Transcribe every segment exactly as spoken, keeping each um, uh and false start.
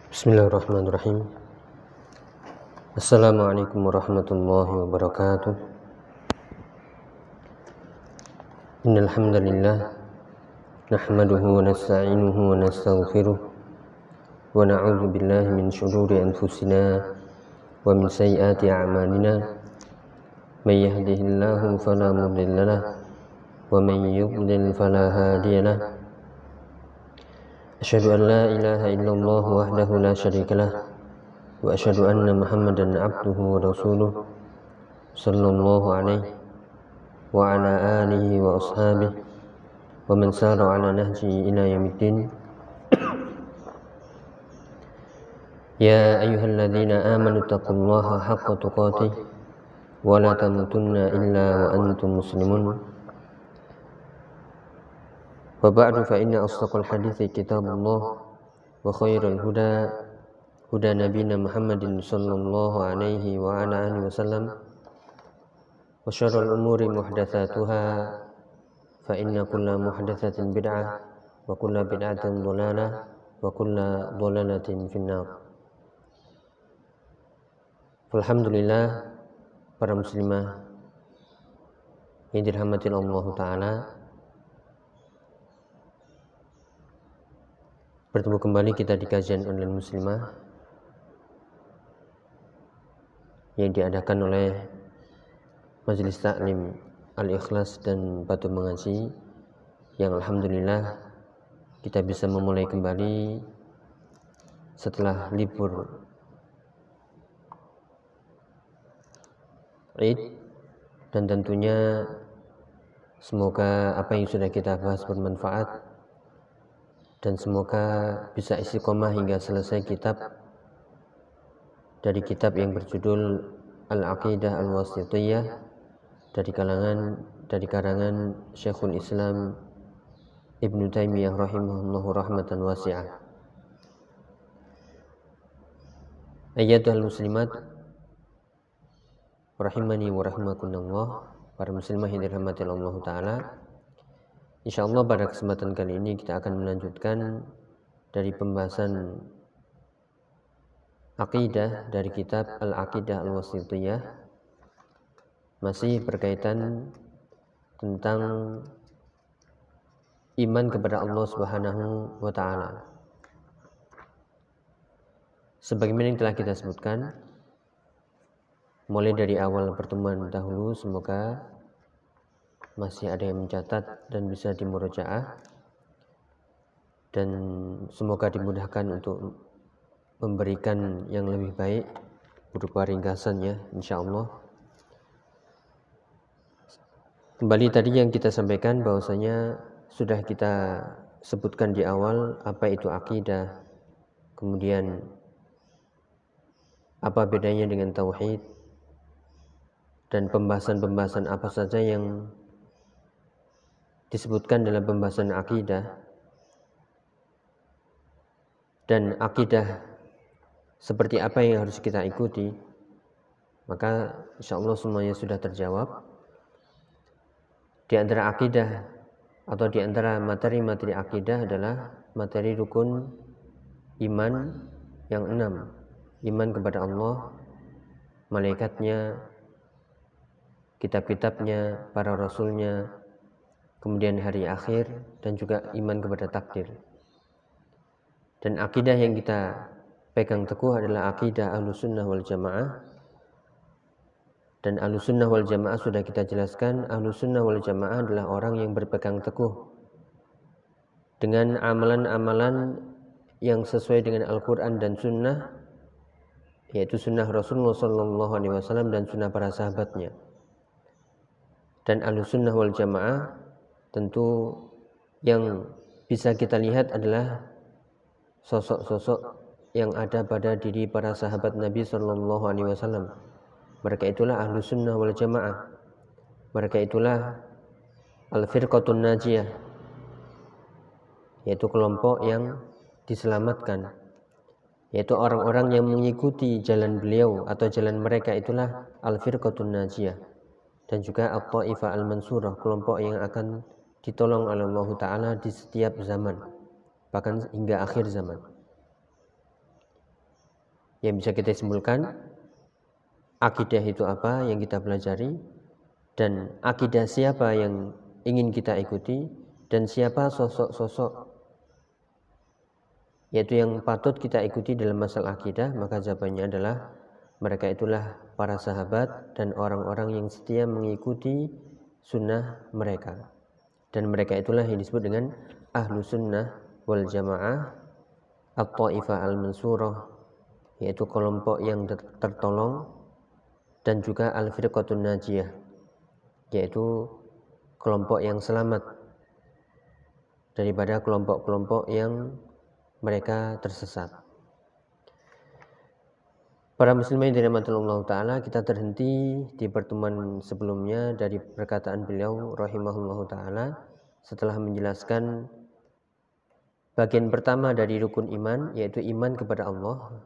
Bismillahirrahmanirrahim. Assalamualaikum warahmatullahi wabarakatuh. Innal hamdalillah nahmaduhu wa nasta'inuhu wa nastaghfiruh wa na'udzu billahi min shururi anfusina wa min sayyiati a'malina. May yahdihillahu fala mudilla lahu wa may yudlil fala hadiya lahu. Asyhadu an la ilaha illallah wahdahu la syarika lah wa asyhadu anna Muhammadan abduhu wa rasuluh sallallahu alaihi wa ala alihi wa ashabihi wa man sara ala nahji ila yaumiddin. Ya ayyuhalladzina amanu taqullaha haqqa tuqatih wa la tamutunna illa wa antum muslimun. Wa ba'du fa inna asdaqal hadithi kitabullah wa khairal huda huda nabiyina Muhammadin sallallahu alaihi wa ala alihi wasallam wa syarrul umuri muhdatsatuha fa inna kulla muhdatsatin bid'ah wa kulla bid'atin dhalalah wa kulla dhalalatin finnar. Alhamdulillah, para muslimah yang dirahmati Allah Ta'ala, bertemu kembali kita di kajian online muslimah yang diadakan oleh Majelis Taklim Al-Ikhlas dan Batu Mengaji, yang alhamdulillah kita bisa memulai kembali setelah libur Id, dan tentunya semoga apa yang sudah kita bahas bermanfaat dan semoga bisa istiqomah hingga selesai kitab dari kitab yang berjudul Al-Aqidah Al-Wasithiyah dari kalangan dari karangan Syekhul Islam Ibnu Taimiyah rahimahullahu rahmatan wasi'ah. Ayyatuhal muslimat rahimani wa rahimakumullah, para muslimah yang dirahmati Allah Ta'ala. InsyaAllah pada kesempatan kali ini kita akan melanjutkan dari pembahasan akidah dari kitab Al-Aqidah Al-Wasithiyah, masih berkaitan tentang iman kepada Allah Subhanahu wa Ta'ala. Sebagaimana yang telah kita sebutkan mulai dari awal pertemuan dahulu, semoga masih ada yang mencatat dan bisa dimurojaah, dan semoga dimudahkan untuk memberikan yang lebih baik berupa ringkasannya insyaallah. Kembali tadi yang kita sampaikan bahwasanya sudah kita sebutkan di awal apa itu akidah, kemudian apa bedanya dengan tauhid, dan pembahasan-pembahasan apa saja yang disebutkan dalam pembahasan akidah, dan akidah seperti apa yang harus kita ikuti. Maka insyaallah semuanya sudah terjawab. Di antara akidah atau di antara materi-materi akidah adalah materi rukun iman yang enam: iman kepada Allah, malaikatnya, kitab-kitabnya, para rasulnya, kemudian hari akhir, dan juga iman kepada takdir. Dan akidah yang kita pegang teguh adalah akidah Ahlussunnah wal Jamaah. Dan Ahlussunnah wal Jamaah sudah kita jelaskan, Ahlussunnah wal Jamaah adalah orang yang berpegang teguh dengan amalan-amalan yang sesuai dengan Al-Quran dan Sunnah, yaitu Sunnah Rasulullah sallallahu alaihi wasallam dan Sunnah para sahabatnya. Dan Ahlussunnah wal Jamaah tentu yang bisa kita lihat adalah sosok-sosok yang ada pada diri para sahabat Nabi sallallahu alaihi wasallam. Mereka itulah Ahlussunnah wal Jamaah. Mereka itulah Al-Firqatun Najiyah, yaitu kelompok yang diselamatkan, yaitu orang-orang yang mengikuti jalan beliau atau jalan mereka, itulah Al-Firqatun Najiyah. Dan juga At-Taifah Al-Mansurah, kelompok yang akan ditolong oleh Allah Ta'ala di setiap zaman, bahkan hingga akhir zaman. Yang bisa kita simpulkan, akidah itu apa yang kita pelajari, dan akidah siapa yang ingin kita ikuti, dan siapa sosok-sosok yaitu yang patut kita ikuti dalam masalah akidah. Maka jawabannya adalah mereka itulah para sahabat dan orang-orang yang setia mengikuti sunnah mereka, dan mereka itulah yang disebut dengan ahlu sunnah wal jamaah, at-ta'ifah al-mansurah, yaitu kelompok yang tertolong, dan juga al-firqatun najiyah, yaitu kelompok yang selamat daripada kelompok-kelompok yang mereka tersesat. Para muslimin dirahmati Allah Ta'ala, kita terhenti di pertemuan sebelumnya dari perkataan beliau rahimahullah Ta'ala setelah menjelaskan bagian pertama dari rukun iman, yaitu iman kepada Allah.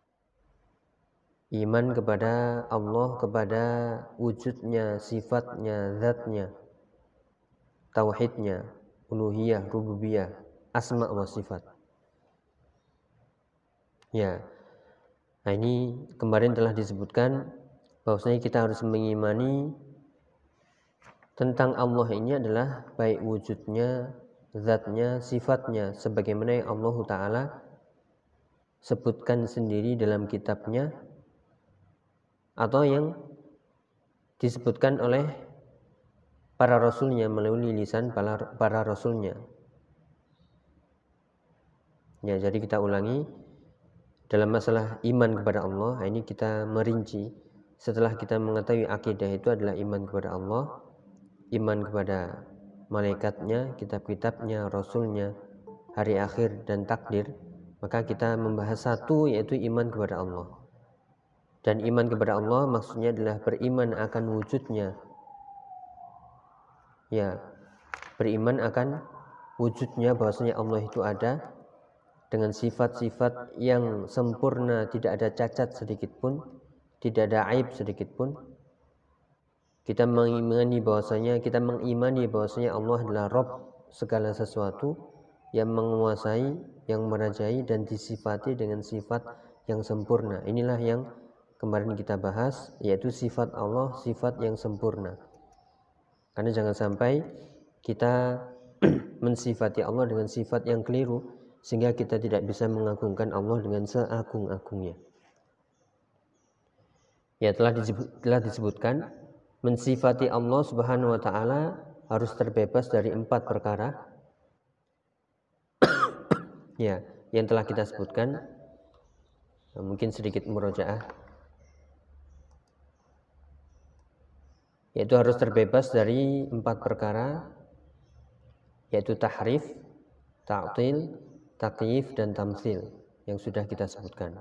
Iman kepada Allah, kepada wujudnya, sifatnya, zatnya, tauhidnya, uluhiyah, rububiyah, asma wa sifat. Ya, nah ini kemarin telah disebutkan bahwasanya kita harus mengimani tentang Allah ini adalah baik wujudnya, zatnya, sifatnya, sebagaimana yang Allah Ta'ala sebutkan sendiri dalam kitabnya, atau yang disebutkan oleh para rasulnya melalui lisan para, para rasulnya. Ya, jadi kita ulangi. Dalam masalah iman kepada Allah, ini kita merinci. Setelah kita mengetahui akidah itu adalah iman kepada Allah, iman kepada malaikatnya, kitab-kitabnya, rasulnya, hari akhir dan takdir, maka kita membahas satu, yaitu iman kepada Allah. Dan iman kepada Allah maksudnya adalah beriman akan wujudnya. Ya, beriman akan wujudnya, bahwasanya Allah itu ada dengan sifat-sifat yang sempurna, tidak ada cacat sedikit pun, tidak ada aib sedikit pun. Kita mengimani bahwasanya kita mengimani bahwasanya Allah adalah Rabb segala sesuatu, yang menguasai, yang merajai, dan disifati dengan sifat yang sempurna. Inilah yang kemarin kita bahas, yaitu sifat Allah, sifat yang sempurna. Karena jangan sampai kita mensifati Allah dengan sifat yang keliru, sehingga kita tidak bisa mengagungkan Allah dengan seagung-agungnya. Ya, telah disebut, telah disebutkan mensifati Allah Subhanahu wa Ta'ala harus terbebas dari empat perkara. Ya, yang telah kita sebutkan. Mungkin sedikit murojaah, yaitu harus terbebas dari empat perkara, yaitu tahrif, ta'til, takyif, dan tamtsil yang sudah kita sebutkan.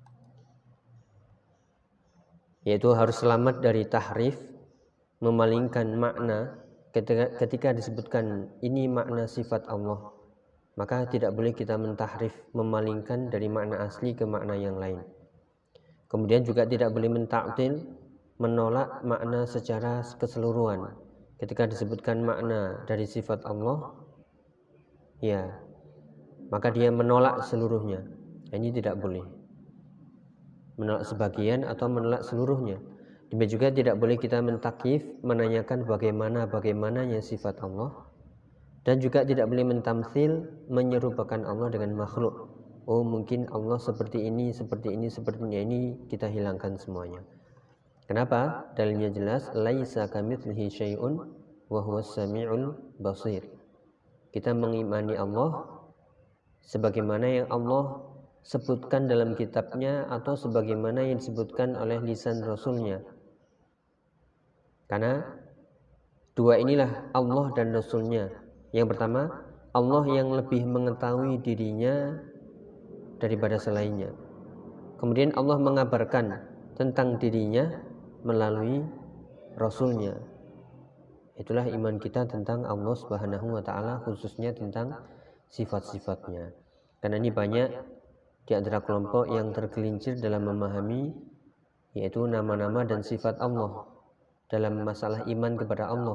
Yaitu harus selamat dari tahrif, memalingkan makna. Ketika, ketika disebutkan ini makna sifat Allah, maka tidak boleh kita mentahrif, memalingkan dari makna asli ke makna yang lain. Kemudian juga tidak boleh mentaktil, menolak makna secara keseluruhan. Ketika disebutkan makna dari sifat Allah, ya, maka dia menolak seluruhnya. Ini tidak boleh. Menolak sebagian atau menolak seluruhnya. Demikian juga tidak boleh kita mentakif, menanyakan bagaimana bagaimananya sifat Allah, dan juga tidak boleh mentamtsil, menyerupakan Allah dengan makhluk. Oh, mungkin Allah seperti ini, seperti ini, seperti ini. Ini kita hilangkan semuanya. Kenapa? Dalilnya jelas, laisa kamitslihi syai'un wa huwas samiul basir. Kita mengimani Allah sebagaimana yang Allah sebutkan dalam kitabnya, atau sebagaimana yang disebutkan oleh lisan Rasulnya. Karena dua inilah Allah dan Rasulnya. Yang pertama, Allah yang lebih mengetahui dirinya daripada selainnya. Kemudian Allah mengabarkan tentang dirinya melalui Rasulnya. Itulah iman kita tentang Allah Subhanahu wa Ta'ala, khususnya tentang sifat-sifatnya. Karena ini banyak di antara kelompok yang tergelincir dalam memahami, yaitu nama-nama dan sifat Allah dalam masalah iman kepada Allah.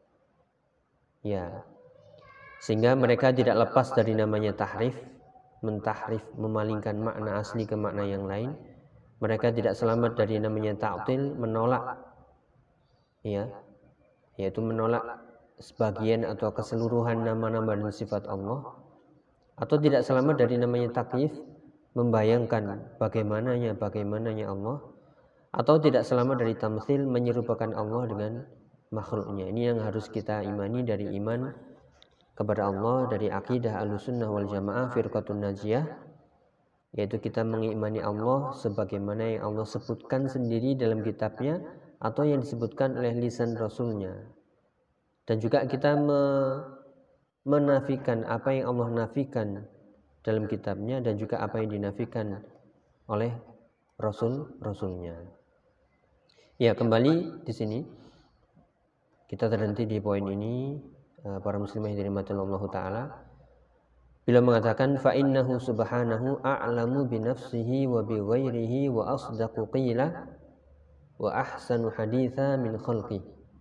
Ya, sehingga mereka tidak lepas dari namanya tahrif, mentahrif, memalingkan makna asli ke makna yang lain, mereka tidak selamat dari namanya ta'til, menolak, ya, yaitu menolak sebagian atau keseluruhan nama-nama dan sifat Allah, atau tidak selamat dari namanya takyif, membayangkan bagaimananya bagaimananya Allah, atau tidak selamat dari tamtsil, menyerupakan Allah dengan makhluknya. Ini yang harus kita imani dari iman kepada Allah, dari akidah Ahlussunnah wal Jamaah firqatun najiyah, yaitu kita mengimani Allah sebagaimana yang Allah sebutkan sendiri dalam kitabnya atau yang disebutkan oleh lisan Rasulnya. Dan juga kita me- menafikan apa yang Allah nafikan dalam kitabnya dan juga apa yang dinafikan oleh Rasul-Rasulnya. Ya, kembali di sini kita terhenti di poin ini, para muslimah yang dirahmati Allah Ta'ala. Bila mengatakan fa innahu subhanahu a'lamu bi nafsihi wa bi ghairihi wa asdaqu qila wa ahsanu haditha min khalqi.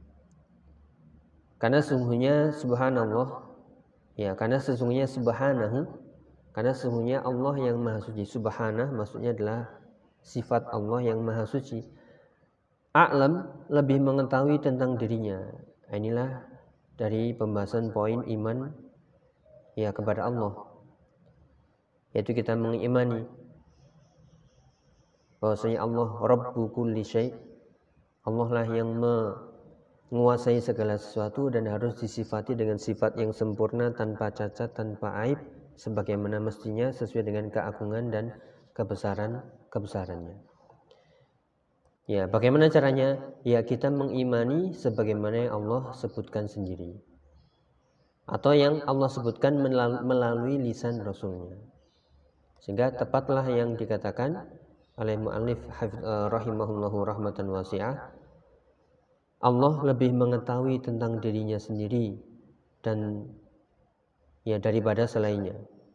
Karena sesungguhnya subhanallah, ya, karena sesungguhnya subhanahu, karena sesungguhnya Allah yang maha suci. Subhanah maksudnya adalah sifat Allah yang maha suci. A'lam, lebih mengetahui tentang dirinya. Inilah dari pembahasan poin iman, ya, kepada Allah, yaitu kita mengimani bahwasanya Allah Rabbu kulli syai', Allah lah yang menguasai segala sesuatu dan harus disifati dengan sifat yang sempurna, tanpa cacat, tanpa aib, sebagaimana mestinya sesuai dengan keagungan dan kebesaran kebesarannya. Ya, bagaimana caranya? Ya, kita mengimani sebagaimana yang Allah sebutkan sendiri, atau yang Allah sebutkan melalui lisan Rasulnya. Sehingga tepatlah yang dikatakan oleh mu'allif rahimahullahu rahmatan wasi'ah, Allah lebih mengetahui tentang dirinya sendiri dan ya daripada selainnya.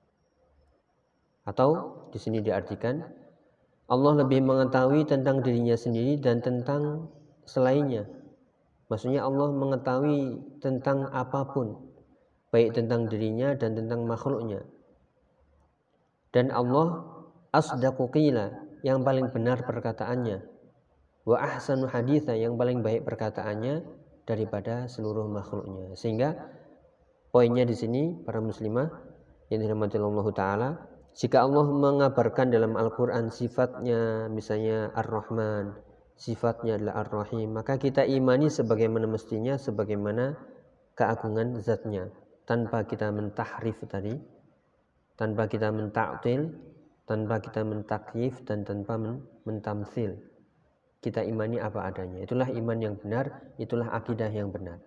Atau di sini diartikan Allah lebih mengetahui tentang dirinya sendiri dan tentang selainnya. Maksudnya Allah mengetahui tentang apapun, baik tentang dirinya dan tentang makhluknya. Dan Allah asdaqu qila, yang paling benar perkataannya, wa ahsanu haditha, yang paling baik perkataannya daripada seluruh makhluknya. Sehingga poinnya di sini para muslimah yang dirahmati Allah Ta'ala, jika Allah mengabarkan dalam Al-Quran sifatnya misalnya Ar-Rahman, sifatnya adalah Ar-Rahim, maka kita imani sebagaimana mestinya, sebagaimana keagungan zatnya, tanpa kita mentahrif tadi, tanpa kita mentaktil, tanpa kita mentakyif, dan tanpa mentamtsil. Kita imani apa adanya. Itulah iman yang benar, itulah akidah yang benar.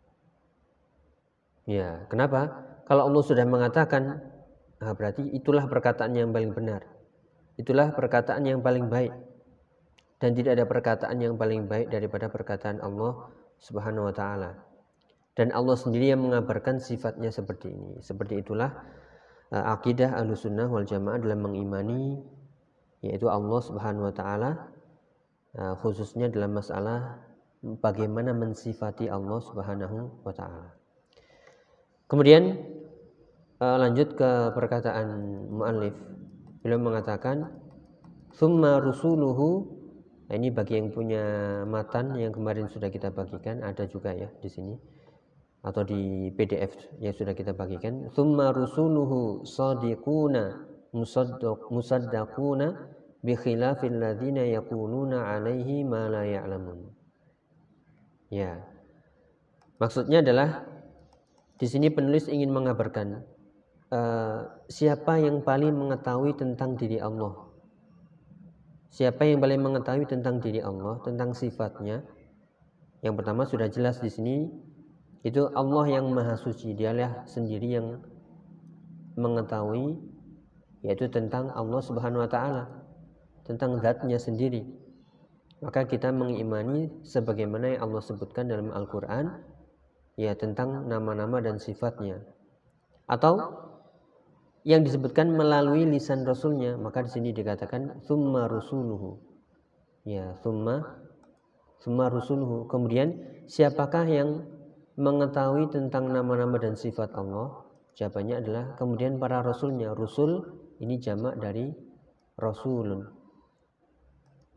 Ya, kenapa? Kalau Allah sudah mengatakan, nah berarti itulah perkataan yang paling benar, itulah perkataan yang paling baik, dan tidak ada perkataan yang paling baik daripada perkataan Allah Subhanahu wa Ta'ala. Dan Allah sendiri yang mengabarkan sifatnya seperti ini. Seperti itulah uh, akidah Ahlussunnah wal Jamaah dalam mengimani, yaitu Allah Subhanahu wa Ta'ala, uh, khususnya dalam masalah bagaimana mensifati Allah Subhanahu wa Ta'ala. Kemudian Uh, lanjut ke perkataan mu'allif. Beliau mengatakan summa rusuluhu. Nah, ini bagi yang punya matan yang kemarin sudah kita bagikan, ada juga ya di sini atau di P D F yang sudah kita bagikan. Summa rusuluhu sadiquna musaddaq musaddaquna bi khilafil ladzina yaquluna alaihi ma la ya'lamun. Ya. Maksudnya adalah di sini penulis ingin mengabarkan Uh, siapa yang paling mengetahui tentang diri Allah, siapa yang paling mengetahui tentang diri Allah, tentang sifatnya. Yang pertama sudah jelas di sini, itu Allah yang maha suci, dialah sendiri yang mengetahui, yaitu tentang Allah Subhanahu wa Ta'ala, tentang zatnya sendiri. Maka kita mengimani sebagaimana yang Allah sebutkan dalam Al-Quran, ya, tentang nama-nama dan sifatnya, atau yang disebutkan melalui lisan Rasulnya. Maka di sini dikatakan summa rusuluhu, ya, summa summa rusuluhu. Kemudian siapakah yang mengetahui tentang nama-nama dan sifat Allah? Jawabannya adalah kemudian para rasulnya. Rusul ini jamak dari rasulun.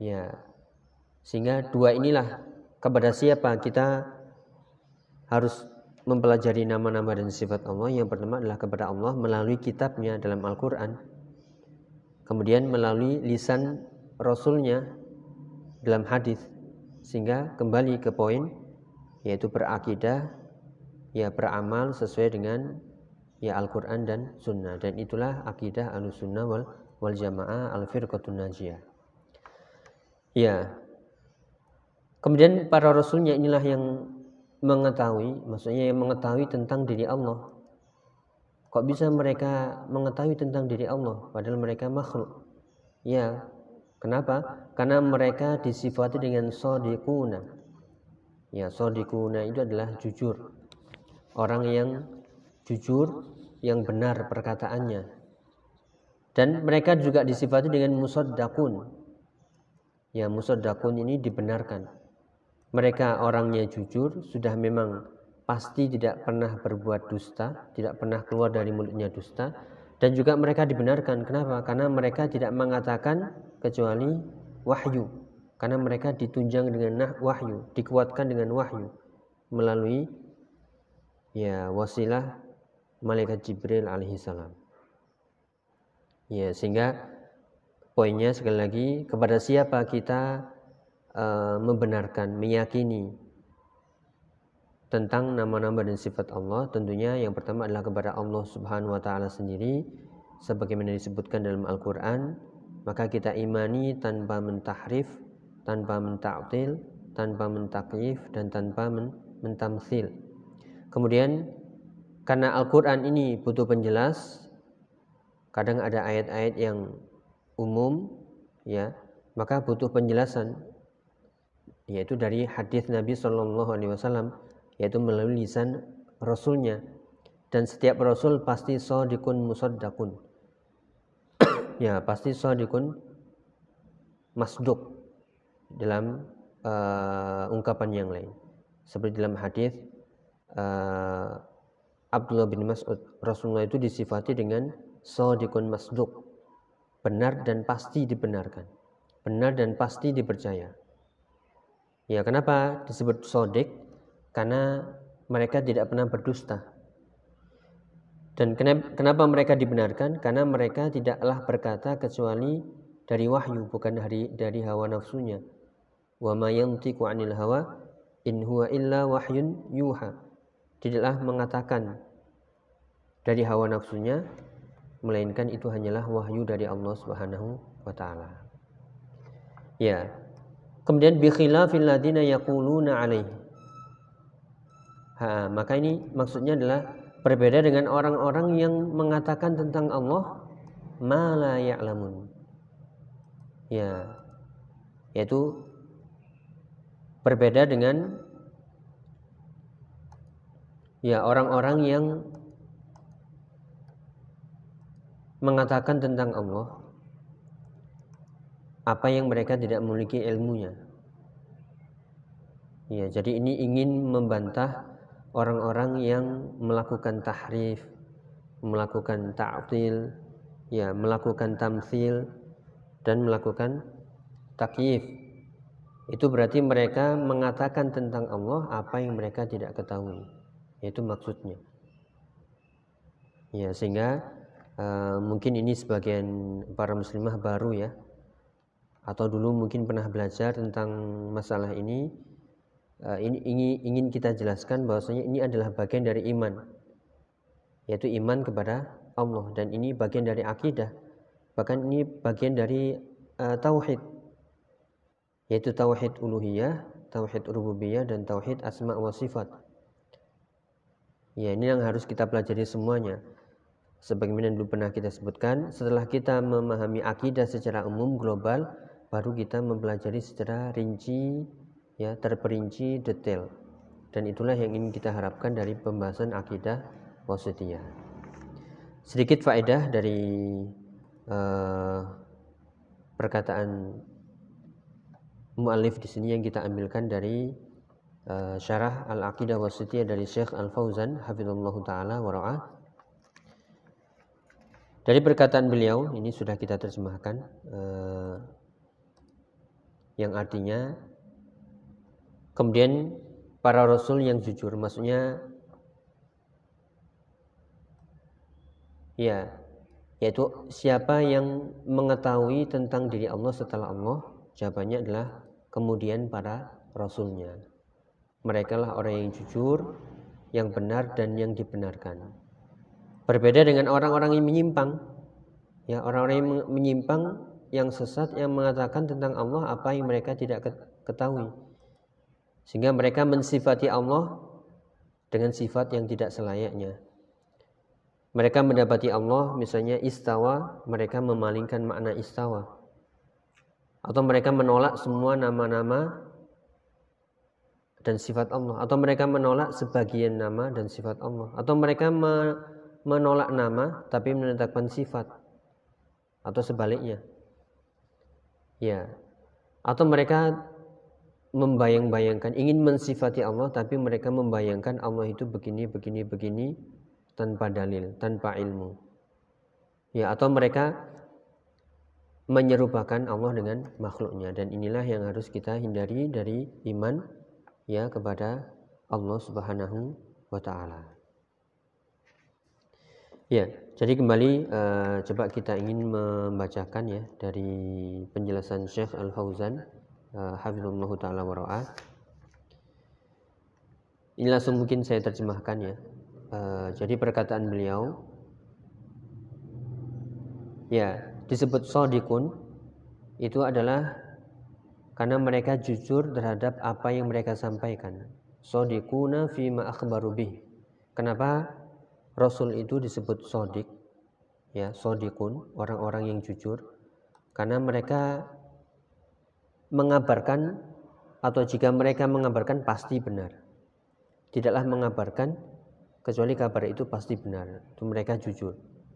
Ya, sehingga dua inilah kepada siapa kita harus mempelajari nama-nama dan sifat Allah. Yang pertama adalah kepada Allah melalui kitabnya dalam Al-Quran, kemudian melalui lisan Rasulnya dalam hadis, sehingga kembali ke poin yaitu berakidah, ya beramal sesuai dengan ya Al-Quran dan Sunnah, dan itulah akidah Ahlussunnah wal, wal Jamaah Al-Firqatun Najiyah. Ya, kemudian para Rasulnya inilah yang mengetahui, maksudnya yang mengetahui tentang diri Allah. Kok bisa mereka mengetahui tentang diri Allah padahal mereka makhluk? Ya, kenapa? Karena mereka disifati dengan shadiquna. Ya, shadiquna itu adalah jujur. Orang yang jujur, yang benar perkataannya. Dan mereka juga disifati dengan musaddaqun. Ya, musaddaqun ini dibenarkan. Mereka orangnya jujur, sudah memang pasti tidak pernah berbuat dusta, tidak pernah keluar dari mulutnya dusta, dan juga mereka dibenarkan. Kenapa? Karena mereka tidak mengatakan kecuali wahyu. Karena mereka ditunjang dengan wahyu, dikuatkan dengan wahyu melalui ya wasilah malaikat Jibril alaihissalam. Ya, sehingga poinnya sekali lagi, kepada siapa kita uh, membenarkan, meyakini tentang nama-nama dan sifat Allah? Tentunya yang pertama adalah kepada Allah Subhanahu wa taala sendiri sebagaimana disebutkan dalam Al-Qur'an. Maka kita imani tanpa mentahrif, tanpa menta'til, tanpa mentakyif, dan tanpa mentamtsil. Kemudian karena Al-Qur'an ini butuh penjelas, kadang ada ayat-ayat yang umum, ya, maka butuh penjelasan, yaitu dari hadis Nabi Shallallahu Alaihi Wasallam, yaitu melalui lisan Rasulnya. Dan setiap Rasul pasti shadiqun musaddaqun, ya pasti shadiqun masduq dalam uh, ungkapan yang lain. Seperti dalam hadis uh, Abdullah bin Mas'ud, Rasulullah itu disifati dengan shadiqun masduq, benar dan pasti dibenarkan, benar dan pasti dipercaya. Ya, kenapa disebut shadiq? Karena mereka tidak pernah berdusta. Dan kenapa mereka dibenarkan? Karena mereka tidaklah berkata kecuali dari wahyu, bukan dari dari hawa nafsunya. Wa ma yantiqu 'anil hawa in huwa illa wahyun yuha. Tidaklah mengatakan dari hawa nafsunya, melainkan itu hanyalah wahyu dari Allah Subhanahu wa taala. Ya. Kemudian bi khilafil ladina yaquluna alaihi. Ha, maka ini maksudnya adalah berbeda dengan orang-orang yang mengatakan tentang Allah ma la ya'lamun. Ya. Yaitu berbeda dengan ya orang-orang yang mengatakan tentang Allah apa yang mereka tidak memiliki ilmunya. Ya, jadi ini ingin membantah orang-orang yang melakukan tahrif, melakukan ta'til, ya, melakukan tamtsil dan melakukan takyif. Itu berarti mereka mengatakan tentang Allah apa yang mereka tidak ketahui. Itu maksudnya. Ya, sehingga Uh, mungkin ini sebagian para muslimah baru ya, atau dulu mungkin pernah belajar tentang masalah ini. Uh, ini ingin, ingin kita jelaskan bahwasanya ini adalah bagian dari iman, yaitu iman kepada Allah, dan ini bagian dari akidah, bahkan ini bagian dari uh, tauhid, yaitu tauhid uluhiyah, tauhid rububiyah, dan tauhid asma wa sifat. Ya, ini yang harus kita pelajari semuanya. Sebagaimana dulu pernah kita sebutkan, setelah kita memahami akidah secara umum global, baru kita mempelajari secara rinci, ya, terperinci, detail. Dan itulah yang ingin kita harapkan dari pembahasan akidah wasithiyah. Sedikit faedah dari uh, perkataan mu'allif di sini yang kita ambilkan dari uh, syarah al-aqidah wasithiyah dari Syekh Al-Fauzan hafizallahu taala wa ra'ah. Dari perkataan beliau, ini sudah kita terjemahkan. Uh, yang artinya kemudian para rasul yang jujur, maksudnya ya, yaitu siapa yang mengetahui tentang diri Allah setelah Allah, jawabannya adalah kemudian para rasulnya. Mereka lah orang yang jujur, yang benar dan yang dibenarkan. Berbeda dengan orang-orang yang menyimpang. Ya, orang-orang yang menyimpang, yang sesat, yang mengatakan tentang Allah apa yang mereka tidak ketahui. Sehingga mereka mensifati Allah dengan sifat yang tidak selayaknya. Mereka mendapati Allah misalnya istawa, mereka memalingkan makna istawa. Atau mereka menolak semua nama-nama dan sifat Allah. Atau mereka menolak sebagian nama dan sifat Allah. Atau mereka menolak nama tapi menetapkan sifat. Atau sebaliknya. Ya. Atau mereka membayang-bayangkan, ingin mensifati Allah tapi mereka membayangkan Allah itu begini, begini, begini tanpa dalil, tanpa ilmu. Ya, atau mereka menyerupakan Allah dengan makhluknya, dan inilah yang harus kita hindari dari iman ya kepada Allah Subhanahu wa taala. Ya, jadi kembali uh, coba kita ingin membacakan ya dari penjelasan Syekh Al-Fauzan uh, hafizallahu taala wa ra'ah. Ini langsung mungkin saya terjemahkan ya. Uh, jadi perkataan beliau ya disebut shadiqun itu adalah karena mereka jujur terhadap apa yang mereka sampaikan. Shadiquna fima akhbaru bih. Kenapa Rasul itu disebut shadiq? Ya, shadiqun, orang-orang yang jujur, karena mereka mengabarkan, atau jika mereka mengabarkan pasti benar. Tidaklah mengabarkan kecuali kabar itu pasti benar. Itu mereka jujur.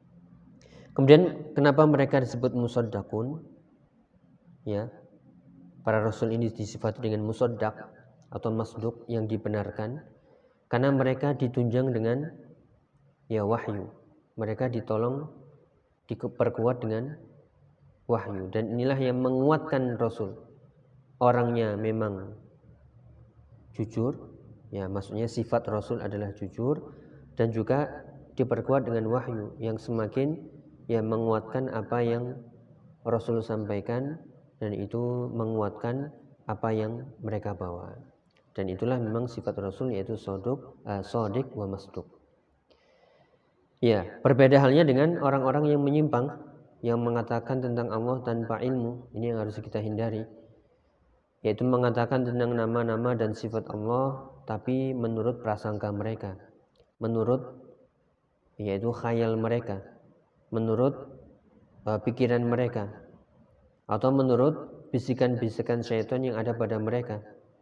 Kemudian kenapa mereka disebut musaddaqun? Ya. Para rasul ini disifati dengan musaddaq atau masduq yang dibenarkan karena mereka ditunjang dengan ya wahyu. Mereka ditolong, diperkuat dengan wahyu, dan inilah yang menguatkan Rasul. Orangnya memang jujur, ya maksudnya sifat Rasul adalah jujur, dan juga diperkuat dengan wahyu yang semakin ya menguatkan apa yang Rasul sampaikan, dan itu menguatkan apa yang mereka bawa. Dan itulah memang sifat Rasul, yaitu shadiq, uh, shadiq wa masduq. Ya, berbeda halnya dengan orang-orang yang menyimpang, yang mengatakan tentang Allah tanpa ilmu. Ini yang harus kita hindari, yaitu mengatakan tentang nama-nama dan sifat Allah tapi menurut prasangka mereka, menurut yaitu khayal mereka, menurut uh, pikiran mereka, atau menurut bisikan-bisikan syaitan yang ada pada mereka.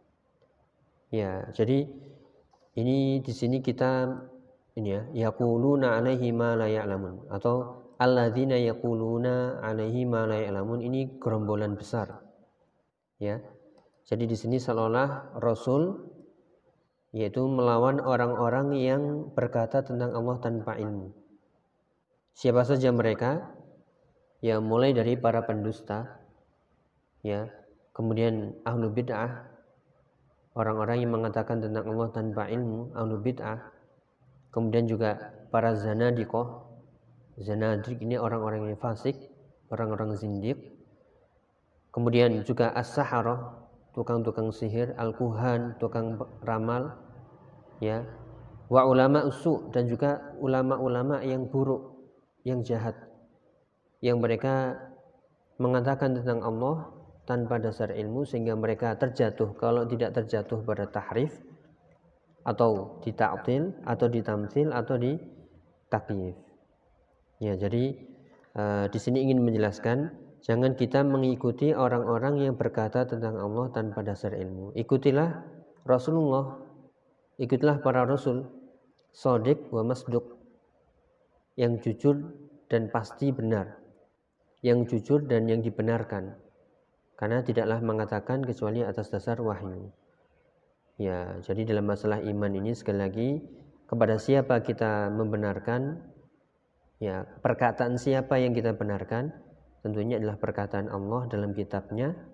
Ya, jadi ini di sini kita ini ya, yaquluna alaihi ma la ya'lamun, atau alladzina yaquluna alaihi ma la ya'lamun, ini gerombolan besar. Ya. Jadi di sini seolah Rasul yaitu melawan orang-orang yang berkata tentang Allah tanpa ilmu. Siapa saja mereka? Ya, mulai dari para pendusta, ya, kemudian ahlu bid'ah, orang-orang yang mengatakan tentang Allah tanpa ilmu, ahlu bid'ah. Kemudian juga para zanadiqah. Zanadik ini orang-orang yang fasik, orang-orang zindiq. Kemudian juga as-saharah, tukang-tukang sihir, al-kuhan, tukang ramal, ya. Wa ulama usu, dan juga ulama-ulama yang buruk, yang jahat, yang mereka mengatakan tentang Allah tanpa dasar ilmu, sehingga mereka terjatuh, kalau tidak terjatuh pada tahrif, atau dita'til, atau ditamtsil, atau ditakyif. Ya, jadi uh, di sini ingin menjelaskan, jangan kita mengikuti orang-orang yang berkata tentang Allah tanpa dasar ilmu. Ikutilah Rasulullah, ikutilah para rasul, shadiq wa masduq, yang jujur dan pasti benar, yang jujur dan yang dibenarkan, karena tidaklah mengatakan kecuali atas dasar wahyu. Ya, jadi dalam masalah iman ini sekali lagi, kepada siapa kita membenarkan, ya perkataan siapa yang kita benarkan, tentunya adalah perkataan Allah dalam kitabnya,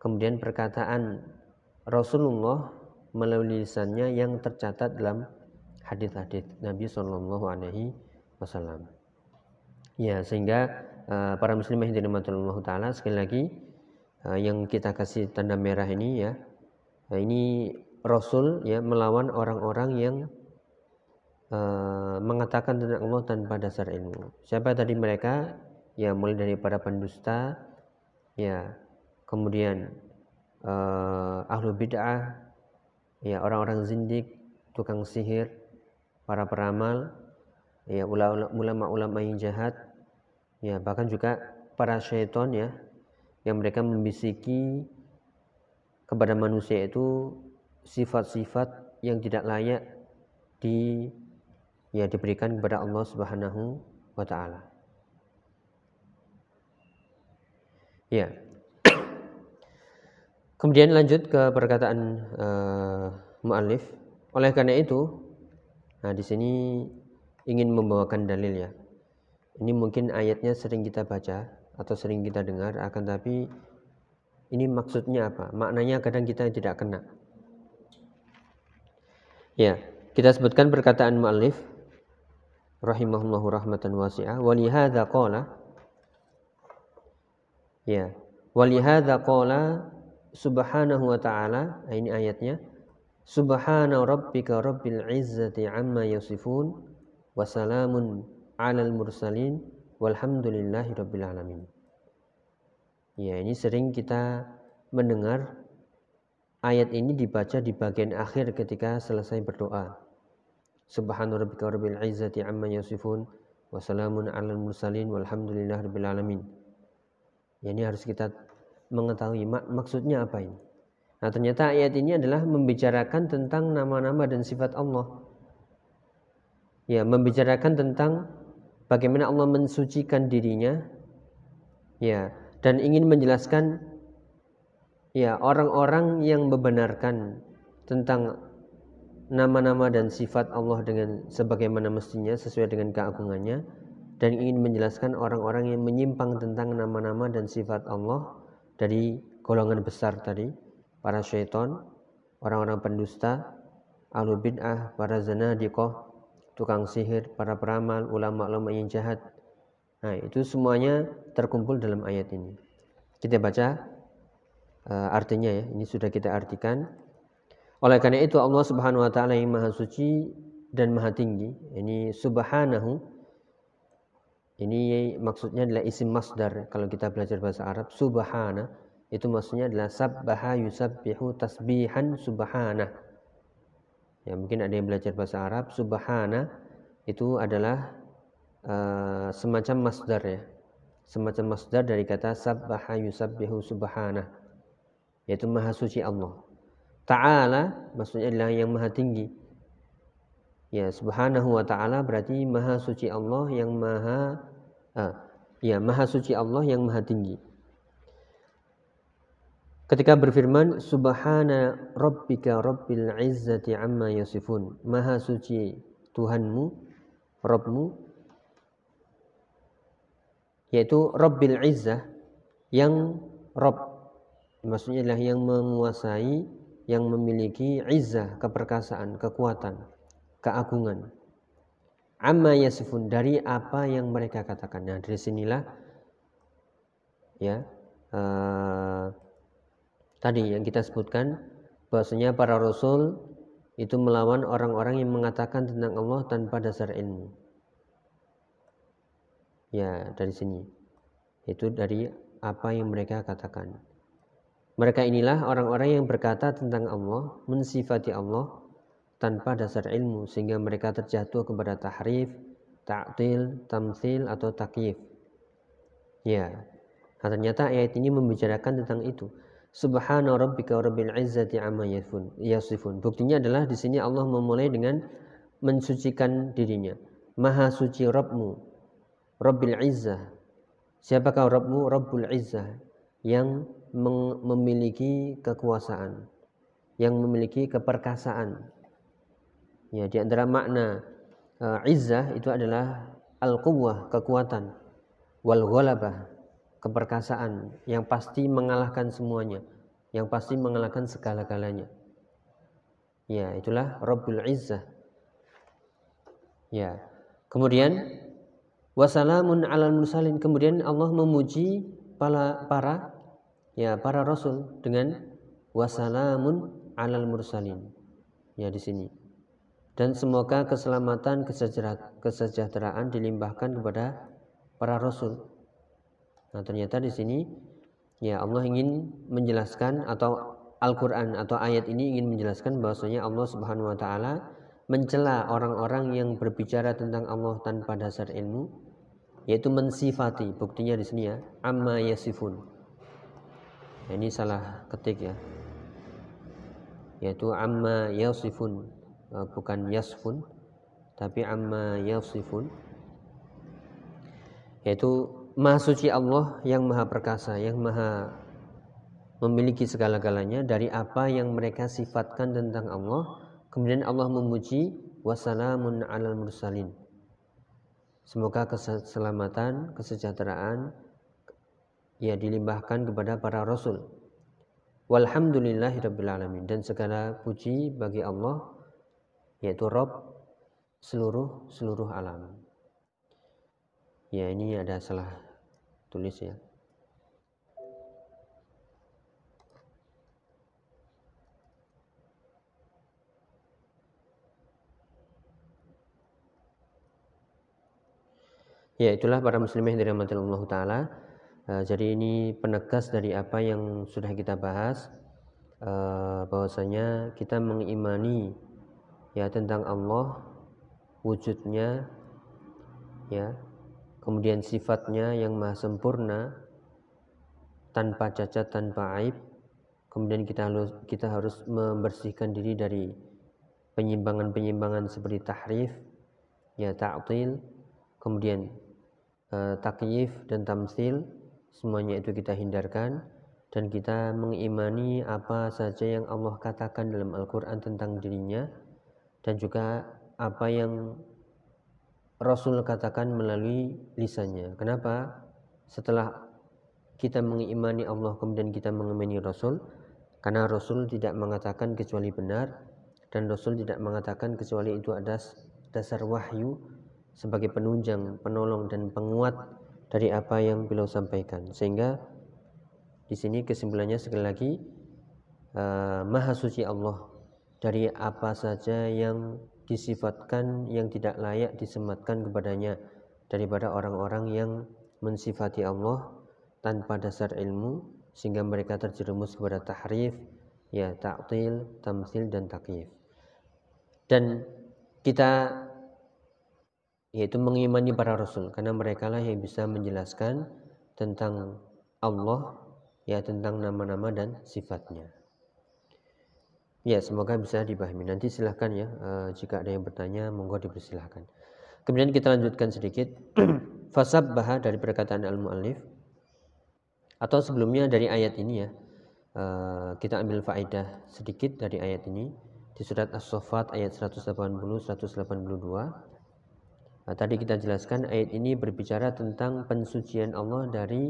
kemudian perkataan Rasulullah melalui lisannya yang tercatat dalam hadis-hadis Nabi Shallallahu Alaihi Wasallam. Ya, sehingga uh, para muslimah yang dirahmati Allah Taala, sekali lagi uh, yang kita kasih tanda merah ini ya, uh, ini Rasul ya melawan orang-orang yang uh, mengatakan tentang Allah tanpa dasar ilmu. Siapa tadi mereka? Ya, mulai dari para pendusta, ya, kemudian uh, ahlu bid'ah, ya, orang-orang zindik, tukang sihir, para peramal, ya, ulama-ulama yang jahat, ya, bahkan juga para syaitan ya, yang mereka membisiki kepada manusia itu sifat-sifat yang tidak layak di ya diberikan kepada Allah Subhanahu wa taala. Ya. Kemudian lanjut ke perkataan uh, mu'allif. Oleh karena itu, nah di sini ingin membawakan dalil ya. Ini mungkin ayatnya sering kita baca atau sering kita dengar, akan tapi ini maksudnya apa? Maknanya kadang kita tidak kena. Ya, kita sebutkan perkataan mu'allif rahimahullahu rahmatan wasi'ah. Wa lihadza qala, ya, walihadza qala subhanahu wa ta'ala, ini ayatnya, subhana rabbika rabbil izzati amma yasifun wa salamun 'alal mursalin walhamdulillahi rabbil alamin. Ya, ini sering kita mendengar ayat ini dibaca di bagian akhir ketika selesai berdoa. Subhana rabbika rabbil izzati amma yasifun wa salamun 'alal mursalin walhamdulillahi rabbil alamin. Ya, ini harus kita mengetahui mak- maksudnya apa ini. Nah, ternyata ayat ini adalah membicarakan tentang nama-nama dan sifat Allah. Ya, membicarakan tentang bagaimana Allah mensucikan dirinya. Ya, dan ingin menjelaskan ya orang-orang yang membenarkan tentang nama-nama dan sifat Allah dengan sebagaimana mestinya sesuai dengan keagungannya, dan ingin menjelaskan orang-orang yang menyimpang tentang nama-nama dan sifat Allah dari golongan besar tadi, para syaitan, orang-orang pendusta, ahlu bid'ah, para zanadiqah, tukang sihir, para peramal, ulama-ulama yang jahat. Nah, itu semuanya terkumpul dalam ayat ini. Kita baca uh, artinya ya, ini sudah kita artikan. Oleh karena itu Allah Subhanahu wa taala yang maha suci dan maha tinggi, ini subhanahu, ini maksudnya adalah isim masdar. Kalau kita belajar bahasa Arab, subhana itu maksudnya adalah sabbaha yusabbihu tasbihan subhana. Ya, mungkin ada yang belajar bahasa Arab, subhana itu adalah uh, semacam masdar ya. Semacam masdar dari kata sabbaha yusabbihu subhana, yaitu maha suci Allah. Ta'ala maksudnya adalah yang maha tinggi. Ya, subhanahu wa ta'ala berarti maha suci Allah yang maha ah, ya maha suci Allah yang maha tinggi. Ketika berfirman subhana rabbika rabbil izzati amma yasifun, maha suci Tuhanmu, Rabbmu, yaitu Rabbil Izzah, yang Rabb maksudnya adalah yang menguasai, yang memiliki izzah, keperkasaan, kekuatan, keagungan. Amma yasifun, dari apa yang mereka katakan. Nah, dari sinilah ya uh, tadi yang kita sebutkan bahwasanya para rasul itu melawan orang-orang yang mengatakan tentang Allah tanpa dasar ilmu. Ya, dari sini. Itu dari apa yang mereka katakan. Mereka inilah orang-orang yang berkata tentang Allah, mensifati Allah tanpa dasar ilmu, sehingga mereka terjatuh kepada tahrif, ta'til, tamtsil atau takyif. Ya. Nah, ternyata ayat ini membicarakan tentang itu. Subhana rabbika rabbil izzati amma yasifun. Buktinya adalah di sini Allah memulai dengan mensucikan dirinya. Maha suci Rabbmu, Rabbil Izzah. Siapakah Rabbmu? Rabbul Izzah, yang memiliki kekuasaan, yang memiliki keperkasaan. Ya, di antara makna uh, izzah itu adalah al-quwwah, kekuatan, wal ghalabah, keperkasaan yang pasti mengalahkan semuanya, yang pasti mengalahkan segala-galanya. Ya, itulah Rabbul Izzah. Ya. Kemudian wasalamun alal mursalin, kemudian Allah memuji para para ya para rasul dengan wasalamun alal mursalin. Ya, di sini. Dan semoga keselamatan, kesejahteraan dilimpahkan kepada para rasul. Nah, ternyata di sini ya Allah ingin menjelaskan, atau Al-Qur'an atau ayat ini ingin menjelaskan bahwasanya Allah Subhanahu wa taala mencela orang-orang yang berbicara tentang Allah tanpa dasar ilmu, yaitu mensifati. Buktinya di sini ya, amma yasifun. Nah, ini salah ketik ya. Yaitu amma yasifun, bukan yasfun, tapi amma yasifun. Yaitu Maha suci Allah yang maha perkasa, yang maha memiliki segala-galanya dari apa yang mereka sifatkan tentang Allah. Kemudian Allah memuji wassalamun alal mursalin. Semoga keselamatan, kesejahteraan ya dilimpahkan kepada para rasul. Walhamdulillahirabbil alamin, dan segala puji bagi Allah, yaitu Rabb seluruh seluruh alam. Ya, ini ada salah tulis ya. Ya, itulah para muslimah yang dirahmati Allah Ta'ala. Uh, jadi ini penegas dari apa yang sudah kita bahas, uh, bahwasanya kita mengimani ya tentang Allah, wujudnya, ya, kemudian sifatnya yang maha sempurna, tanpa cacat, tanpa aib. Kemudian kita harus kita harus membersihkan diri dari penyimpangan-penyimpangan seperti tahrif, ya ta'til, kemudian Uh, takyif dan tamtsil, semuanya itu kita hindarkan, dan kita mengimani apa saja yang Allah katakan dalam Al-Quran tentang dirinya, dan juga apa yang Rasul katakan melalui lisannya. Kenapa? Setelah kita mengimani Allah kemudian kita mengimani Rasul, karena Rasul tidak mengatakan kecuali benar, dan Rasul tidak mengatakan kecuali itu ada dasar wahyu sebagai penunjang, penolong, dan penguat dari apa yang beliau sampaikan. Sehingga di sini kesimpulannya sekali lagi, uh, maha suci Allah dari apa saja yang disifatkan yang tidak layak disematkan kepadanya daripada orang-orang yang mensifati Allah tanpa dasar ilmu, sehingga mereka terjerumus kepada tahrif, ya ta'til, tamtsil, dan takyif. Dan kita yaitu mengimani para rasul, karena mereka lah yang bisa menjelaskan tentang Allah, ya tentang nama-nama dan sifatnya. Ya, semoga bisa dipahami. Nanti silahkan ya, uh, jika ada yang bertanya monggo dipersilahkan. Kemudian kita lanjutkan sedikit. Fasabbaha dari perkataan al-muallif, atau sebelumnya dari ayat ini ya, uh, kita ambil faedah sedikit dari ayat ini di surat As-Saffat ayat seratus delapan puluh sampai seratus delapan puluh dua. Nah, tadi kita jelaskan ayat ini berbicara tentang pensucian Allah dari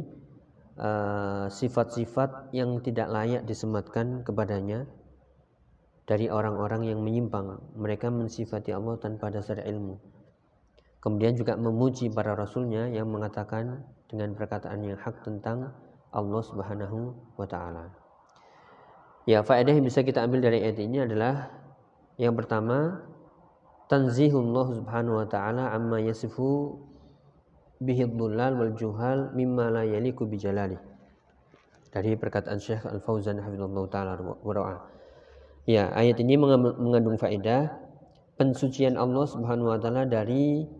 uh, sifat-sifat yang tidak layak disematkan kepadanya dari orang-orang yang menyimpang. Mereka mensifati Allah tanpa dasar ilmu. Kemudian juga memuji para rasulnya yang mengatakan dengan perkataan yang hak tentang Allah Subhanahu wa ta'ala. Ya, faedah yang bisa kita ambil dari ayat ini adalah yang pertama, tanzihullah subhanahu wa ta'ala amma yasifu bihiddullal wal juhal mimma la yaliku bijalali. Dari perkataan Syekh Al-Fauzan hafizallahu ta'ala wara'ah. Ya, ayat ini mengandung faedah pensucian Allah subhanahu wa ta'ala dari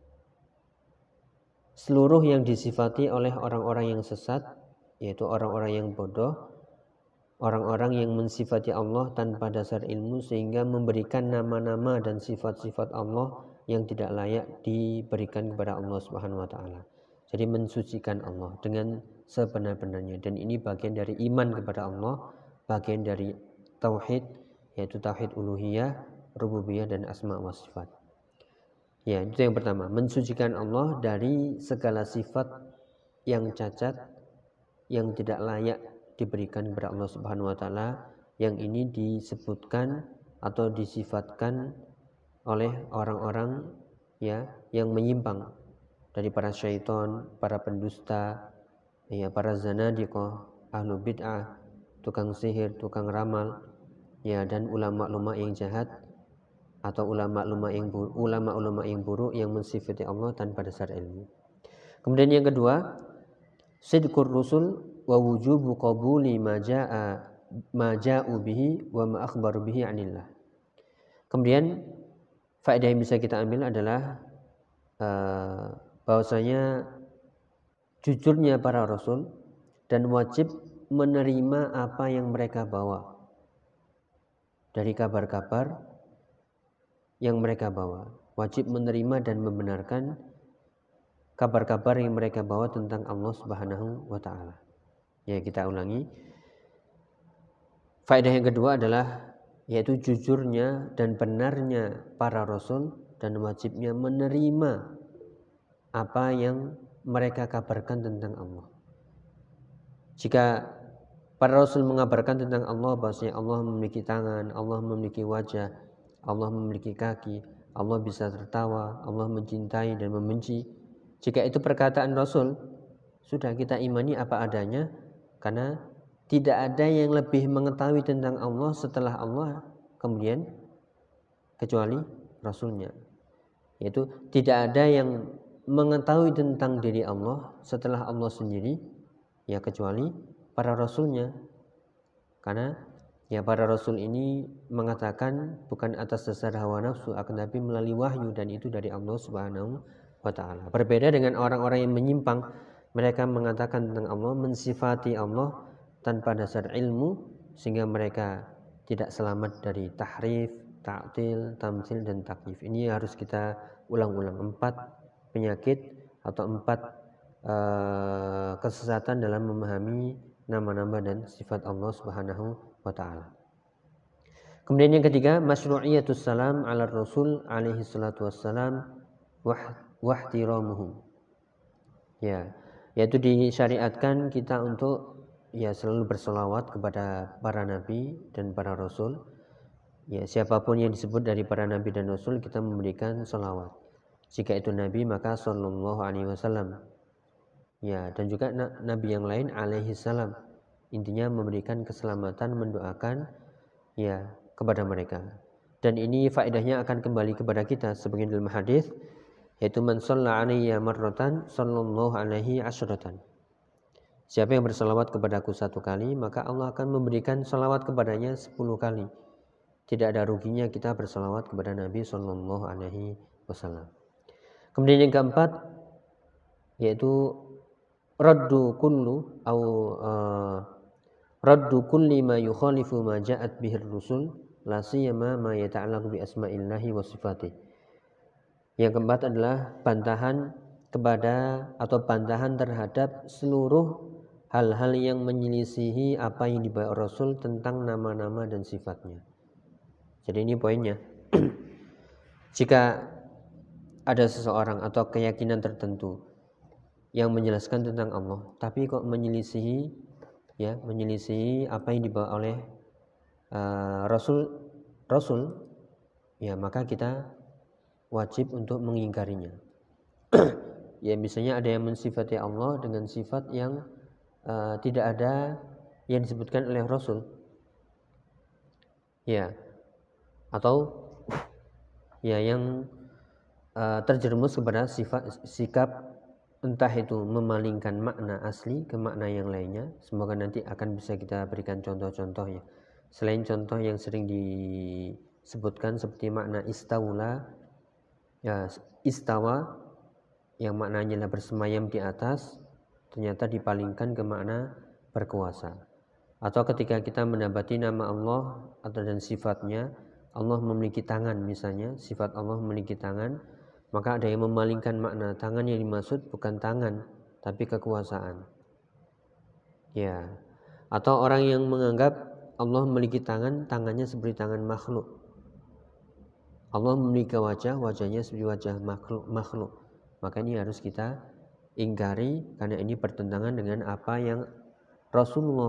seluruh yang disifati oleh orang-orang yang sesat, yaitu orang-orang yang bodoh, orang-orang yang mensifati Allah tanpa dasar ilmu, sehingga memberikan nama-nama dan sifat-sifat Allah yang tidak layak diberikan kepada Allah Subhanahu wa taala. Jadi mensucikan Allah dengan sebenar-benarnya, dan ini bagian dari iman kepada Allah, bagian dari tauhid, yaitu tauhid uluhiyah, rububiyah, dan asma wa sifat. Ya, itu yang pertama, mensucikan Allah dari segala sifat yang cacat, yang tidak layak diberikan kepada Allah Subhanahu wa taala, yang ini disebutkan atau disifatkan oleh orang-orang ya yang menyimpang dari para syaitan, para pendusta, ya para zanadiqah, ahlu bid'ah, tukang sihir, tukang ramal, ya dan ulama-ulama yang jahat atau ulama-ulama yang buruk, ulama-ulama yang buruk yang mensifati Allah tanpa dasar ilmu. Kemudian yang kedua, sidqur rusul wa wujubu qabuli ma jaa ma ja'u bihi wa ma akhbaru bihi 'anillah. Kemudian faedah yang bisa kita ambil adalah uh, bahwasanya jujurnya para rasul dan wajib menerima apa yang mereka bawa dari kabar-kabar yang mereka bawa. Wajib menerima dan membenarkan kabar-kabar yang mereka bawa tentang Allah Subhanahu wa taala. Ya, kita ulangi. Faedah yang kedua adalah yaitu jujurnya dan benarnya para rasul dan wajibnya menerima apa yang mereka kabarkan tentang Allah. Jika para rasul mengabarkan tentang Allah bahwasanya Allah memiliki tangan, Allah memiliki wajah, Allah memiliki kaki, Allah bisa tertawa, Allah mencintai dan membenci. Jika itu perkataan Rasul, sudah kita imani apa adanya, karena tidak ada yang lebih mengetahui tentang Allah setelah Allah kemudian kecuali Rasulnya. Yaitu tidak ada yang mengetahui tentang diri Allah setelah Allah sendiri, ya kecuali para Rasulnya. Karena ya para Rasul ini mengatakan bukan atas dasar hawa nafsu, akan tapi melalui wahyu, dan itu dari Allah Subhanahu wa ta'ala. Berbeda dengan orang-orang yang menyimpang, mereka mengatakan tentang Allah, mensifati Allah tanpa dasar ilmu, sehingga mereka tidak selamat dari tahrif, ta'til, tamtsil dan takyif. Ini harus kita ulang-ulang, empat penyakit atau empat uh, kesesatan dalam memahami nama-nama dan sifat Allah Subhanahu wa ta'ala. Kemudian yang ketiga, masyru'iyatus salam ala Rasul alaihi salatu wassalam wah wahtiramuhum. Ya, yaitu disyariatkan kita untuk ya selalu berselawat kepada para nabi dan para rasul. Ya, siapapun yang disebut dari para nabi dan rasul kita memberikan selawat. Jika itu nabi maka sallallahu alaihi wasallam. Ya, dan juga nabi yang lain alaihi salam. Intinya memberikan keselamatan, mendoakan ya kepada mereka. Dan ini faedahnya akan kembali kepada kita sebagian dalam hadis, yaitu man shalla alayya marratan sallallahu alaihi asyratan. Siapa yang bersalawat kepadaku satu kali, maka Allah akan memberikan salawat kepadanya sepuluh kali. Tidak ada ruginya kita bersalawat kepada Nabi sallallahu alaihi wasallam. Kemudian yang keempat, yaitu raddu kullu au uh, raddu kulli ma yukhalifu ma ja'at bihir rusul la siyama ma yata'allaqu bi asma'illahi wa sifatihi. Yang keempat adalah bantahan kepada atau bantahan terhadap seluruh hal-hal yang menyelisihi apa yang dibawa Rasul tentang nama-nama dan sifatnya. Jadi ini poinnya. Jika ada seseorang atau keyakinan tertentu yang menjelaskan tentang Allah, tapi kok menyelisihi ya, menyelisihi apa yang dibawa oleh uh, Rasul Rasul, ya maka kita wajib untuk mengingkarinya. Ya misalnya ada yang mensifati Allah dengan sifat yang uh, tidak ada yang disebutkan oleh Rasul. Ya. Atau ya yang uh, terjerumus kepada sifat sikap entah itu memalingkan makna asli ke makna yang lainnya. Semoga nanti akan bisa kita berikan contoh-contohnya. Selain contoh yang sering disebutkan seperti makna istaula, ya istawa yang maknanya adalah bersemayam di atas, ternyata dipalingkan ke makna berkuasa. Atau ketika kita mendapati nama Allah atau dan sifatnya, Allah memiliki tangan misalnya, sifat Allah memiliki tangan, maka ada yang memalingkan makna tangan yang dimaksud bukan tangan tapi kekuasaan. Ya. Atau orang yang menganggap Allah memiliki tangan, tangannya seperti tangan makhluk. Allah memiliki wajah, wajahnya seperti wajah makhluk, makhluk. Maka ini harus kita ingkari karena ini bertentangan dengan apa yang Rasulullah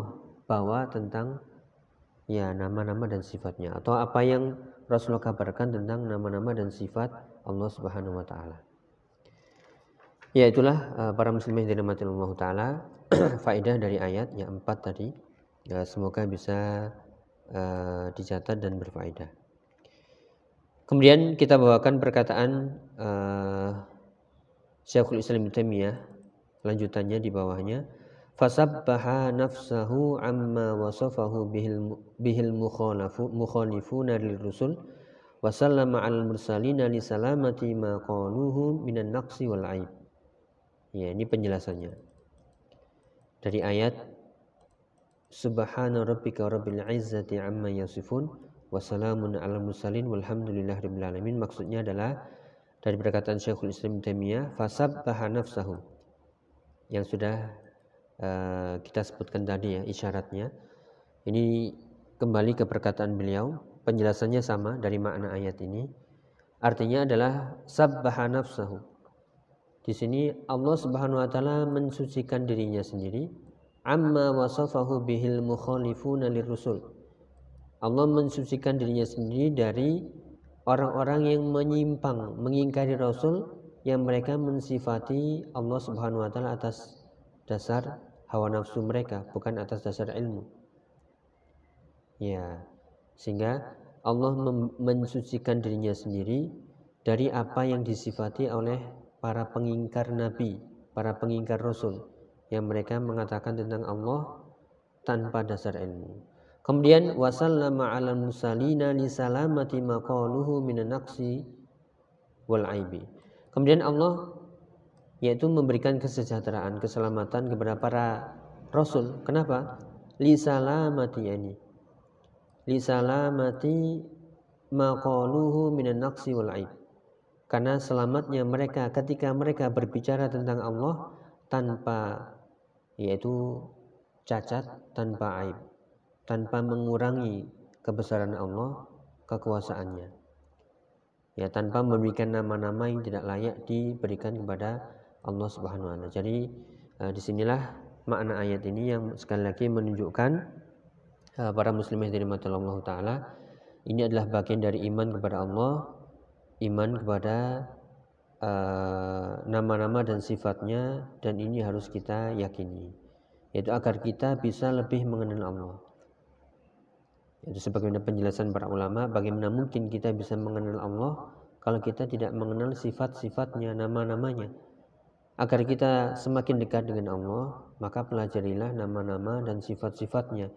bawa tentang ya nama-nama dan sifatnya, atau apa yang Rasulullah kabarkan tentang nama-nama dan sifat Allah Subhanahu wa taala. Ya itulah uh, para muslimin yang dirahmati Allah taala faedah dari ayat yang empat tadi. Ya, semoga bisa uh, dicatat dan berfaedah. Kemudian kita bawakan perkataan uh, Syekhul Islam Ibnu Taimiyah, lanjutannya di bawahnya, fasabbaha nafsahu amma wasafahu bihil bihil mukhalafu mukhalifuna lirrusul wa sallama 'alal mursalina li salamati ma qaluhu minan naqsi wal aib. Ya, ini penjelasannya. Dari ayat Subhana rabbika rabbil izzati amma yasifun wa salamun 'alal mursalin walhamdulillahi rabbil alamin. Maksudnya adalah dari perkataan Syekhul Islam Taimiyah, fasabbaha nafsahu, yang sudah uh, kita sebutkan tadi ya isyaratnya. Ini kembali ke perkataan beliau, penjelasannya sama dari makna ayat ini. Artinya adalah sabbaha nafsahu. Di sini Allah Subhanahu wa taala mensucikan dirinya sendiri, amma wasafahu bihil mukhalifuna lirrusul. Allah mensucikan dirinya sendiri dari orang-orang yang menyimpang, mengingkari Rasul, yang mereka mensifati Allah Subhanahu wa taala atas dasar hawa nafsu mereka, bukan atas dasar ilmu. Ya, sehingga Allah mensucikan dirinya sendiri dari apa yang disifati oleh para pengingkar Nabi, para pengingkar Rasul, yang mereka mengatakan tentang Allah tanpa dasar ilmu. Kemudian wasallama 'alal mursalina li salamati maqaluhu minan naqsi wal aibi. Kemudian Allah yaitu memberikan kesejahteraan, keselamatan kepada para rasul. Kenapa? Li salamati yani. Li salamati maqaluhu minan naqsi wal aib. Karena selamatnya mereka ketika mereka berbicara tentang Allah tanpa yaitu cacat, tanpa aib, tanpa mengurangi kebesaran Allah, kekuasaannya. Ya, tanpa memberikan nama-nama yang tidak layak diberikan kepada Allah Subhanahu wa taala. Jadi uh, disinilah makna ayat ini yang sekali lagi menunjukkan uh, para muslimin yang dirahmati Allah taala, ini adalah bagian dari iman kepada Allah, iman kepada uh, nama-nama dan sifatnya, dan ini harus kita yakini, yaitu agar kita bisa lebih mengenal Allah. Itu sebagaimana penjelasan para ulama, bagaimana mungkin kita bisa mengenal Allah kalau kita tidak mengenal sifat-sifatnya, nama-namanya. Agar kita semakin dekat dengan Allah, maka pelajarilah nama-nama dan sifat-sifatnya.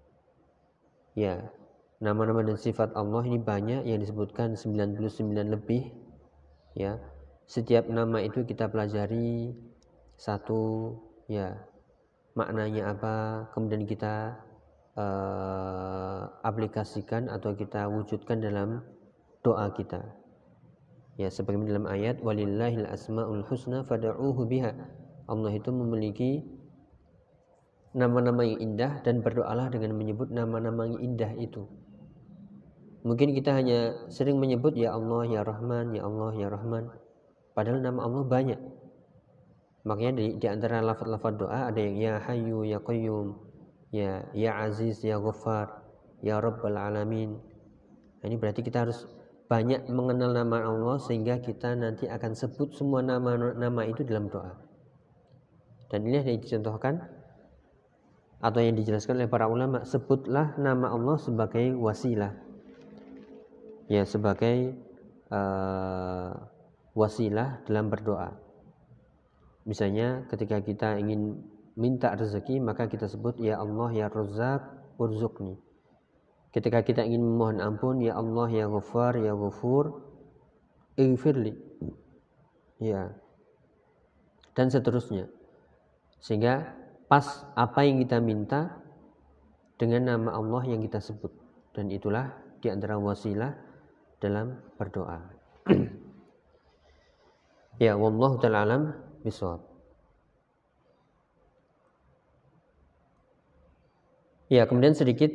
Ya, nama-nama dan sifat Allah ini banyak, yang disebutkan sembilan puluh sembilan lebih. Ya, setiap nama itu kita pelajari satu, ya, maknanya apa, kemudian kita uh, aplikasikan atau kita wujudkan dalam doa kita. Ya, sebagaimana dalam ayat walillahil asmaul husna fad'uuhu biha. Allah itu memiliki nama-nama yang indah, dan berdoalah dengan menyebut nama-nama yang indah itu. Mungkin kita hanya sering menyebut ya Allah, ya Rahman, ya Allah, ya Rahman. Padahal nama Allah banyak. Makanya di, di antara lafaz-lafaz doa ada yang ya Hayyu, ya Qayyum, ya ya Aziz, ya Ghaffar, ya Rabbal Alamin. Nah, ini berarti kita harus banyak mengenal nama Allah sehingga kita nanti akan sebut semua nama-nama itu dalam doa. Dan ini yang dicontohkan atau yang dijelaskan oleh para ulama, sebutlah nama Allah sebagai wasilah. Ya, sebagai uh, wasilah dalam berdoa. Misalnya ketika kita ingin minta rezeki, maka kita sebut ya Allah ya Razzaq urzuqni. Ketika kita ingin memohon ampun, ya Allah ya Ghaffar ya Ghafur ighfirli. Ya. Dan seterusnya. Sehingga pas apa yang kita minta dengan nama Allah yang kita sebut, dan itulah di antara wasilah dalam berdoa. Ya, wallahu ta'ala alam bisawab. Ya, kemudian sedikit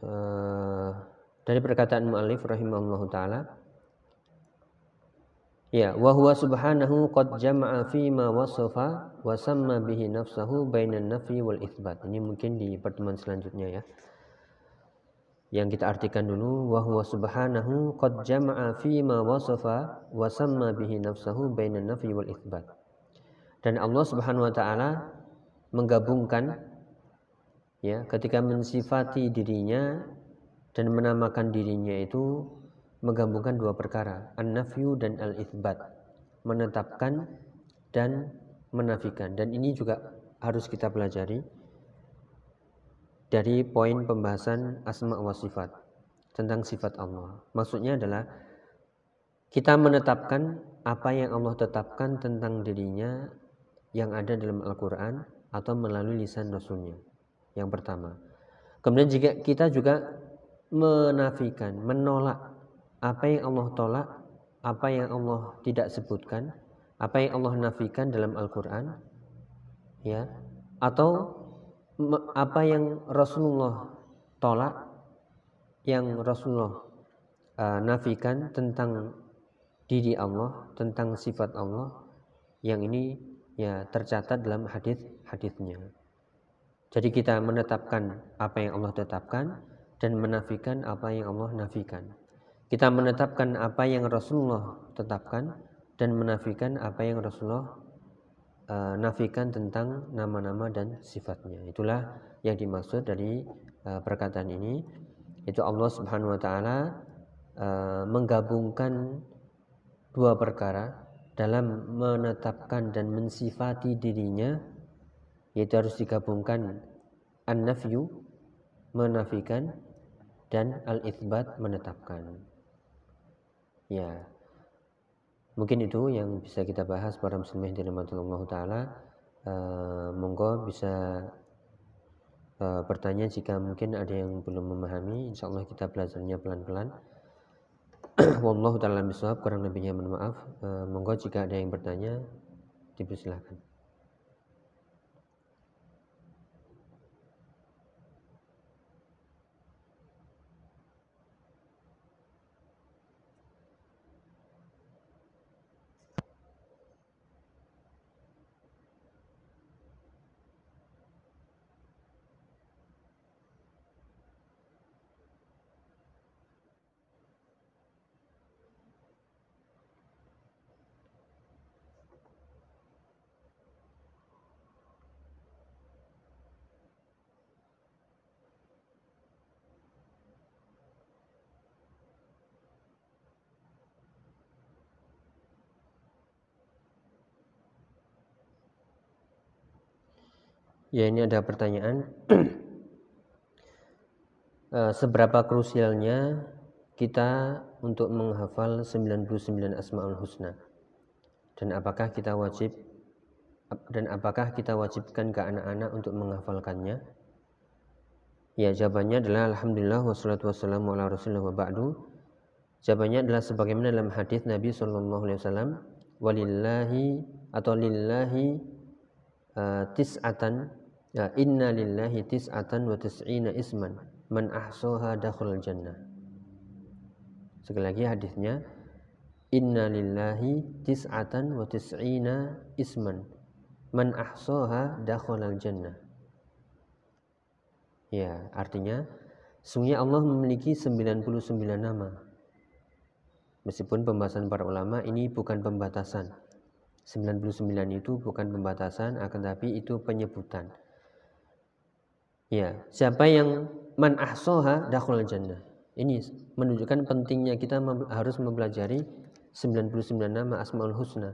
uh, dari perkataan mu'allif rahimahullahu ta'ala, Ya, wa huwa subhanahu qad jama'a fi ma wasafa wa samma bihi nafsahu bainan nafi wal itsbat. Ini mungkin di pertemuan selanjutnya ya. Yang kita artikan dulu, wa huwa subhanahu qad jama'a fi ma wasafa wa samma bihi nafsahu bainan nafi wal itsbat. Dan Allah Subhanahu wa taala menggabungkan ya ketika mensifati dirinya dan menamakan dirinya itu menggabungkan dua perkara, an-nafyu dan al-itsbat, menetapkan dan menafikan. Dan ini juga harus kita pelajari dari poin pembahasan asma wa sifat tentang sifat Allah. Maksudnya adalah kita menetapkan apa yang Allah tetapkan tentang dirinya yang ada dalam Al-Quran atau melalui lisan Rasulnya. Yang pertama. Kemudian jika kita juga menafikan, menolak apa yang Allah tolak, apa yang Allah tidak sebutkan, apa yang Allah nafikan dalam Al-Quran, ya, atau apa yang Rasulullah tolak, yang Rasulullah uh, nafikan tentang diri Allah, tentang sifat Allah, yang ini ya tercatat dalam hadis-hadisnya. Jadi kita menetapkan apa yang Allah tetapkan dan menafikan apa yang Allah nafikan. Kita menetapkan apa yang Rasulullah tetapkan dan menafikan apa yang Rasulullah uh, nafikan tentang nama-nama dan sifatnya. Itulah yang dimaksud dari uh, perkataan ini. Itu Allah Subhanahu wa taala uh, menggabungkan dua perkara dalam menetapkan dan mensifati dirinya, yaitu harus digabungkan an-nafyu, menafikan, dan al-itsbat, menetapkan. Ya, mungkin itu yang bisa kita bahas para muslimin dirahmati Allah taala. Uh, monggo bisa uh, bertanya jika mungkin ada yang belum memahami. Insyaallah kita belajarnya pelan-pelan. Wallahu ta'ala bishawab, kurang lebihnya mohon maaf. Uh, monggo jika ada yang bertanya, dipersilakan. Ya, ini ada pertanyaan. Seberapa krusialnya kita untuk menghafal sembilan puluh sembilan Asmaul Husna? Dan apakah kita wajib dan apakah kita wajibkan ke anak-anak untuk menghafalkannya? Ya, jawabannya adalah alhamdulillah wassalatu wassalamu ala rasulillah wa ba'du. Jawabannya adalah sebagaimana dalam hadis Nabi sallallahu alaihi wasallam, walillahi atau lillahi uh, tis'atan ya, inna lillahi tis'atan wa tis'ina isman man ahsaha dakhulal jannah. Sekali lagi hadisnya, inna lillahi tis'atan wa tis'ina isman man ahsaha dakhulal jannah. Ya, artinya sungguhnya Allah memiliki sembilan puluh sembilan nama. Meskipun pembahasan para ulama ini bukan pembatasan. sembilan puluh sembilan itu bukan pembatasan, akan tapi itu penyebutan. Ya, siapa yang man ahsaha dakhulal jannah. Ini menunjukkan pentingnya kita mem- harus mempelajari sembilan puluh sembilan nama Asmaul Husna.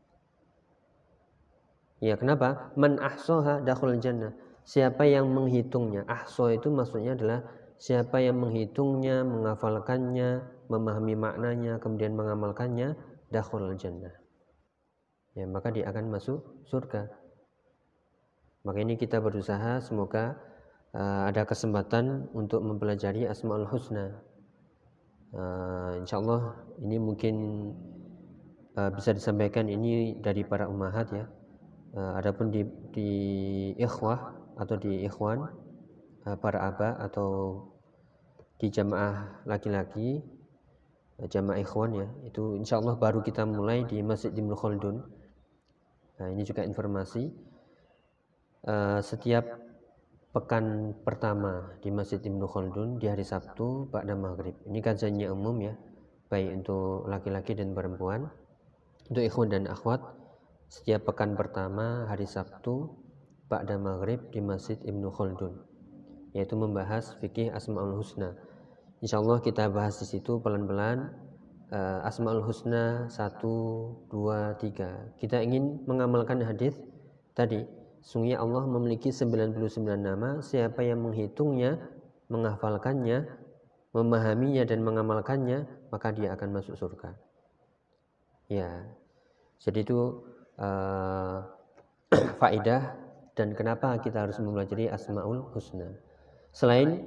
Ya, kenapa? Man ahsaha dakhulal jannah. Siapa yang menghitungnya? Ahsa itu maksudnya adalah siapa yang menghitungnya, menghafalkannya, memahami maknanya, kemudian mengamalkannya, dakhulal jannah. Ya, maka dia akan masuk surga. Maka ini kita berusaha semoga uh, ada kesempatan untuk mempelajari Asmaul Husna. Uh, insyaallah ini mungkin uh, bisa disampaikan ini dari para ummahat ya. Uh, adapun di, di ikhwah atau di ikhwan, uh, para aba atau di jamaah laki-laki, jamaah ikhwan ya, itu insya Allah baru kita mulai di Masjid Ibnu Khaldun. Nah, ini juga informasi uh, setiap pekan pertama di Masjid Ibnu Khaldun di hari Sabtu ba'da maghrib. Ini kajiannya umum ya, baik untuk laki-laki dan perempuan, untuk ikhwan dan akhwat. Setiap pekan pertama hari Sabtu ba'da maghrib di Masjid Ibnu Khaldun, yaitu membahas fikih Asmaul Husna. Insyaallah kita bahas di situ pelan-pelan uh, Asmaul Husna satu, dua, tiga. Kita ingin mengamalkan hadis tadi. Sungguhnya Allah memiliki sembilan puluh sembilan nama, siapa yang menghitungnya, menghafalkannya, memahaminya dan mengamalkannya, maka dia akan masuk surga. Ya. Jadi itu uh, faedah dan kenapa kita harus mempelajari Asmaul Husna. Selain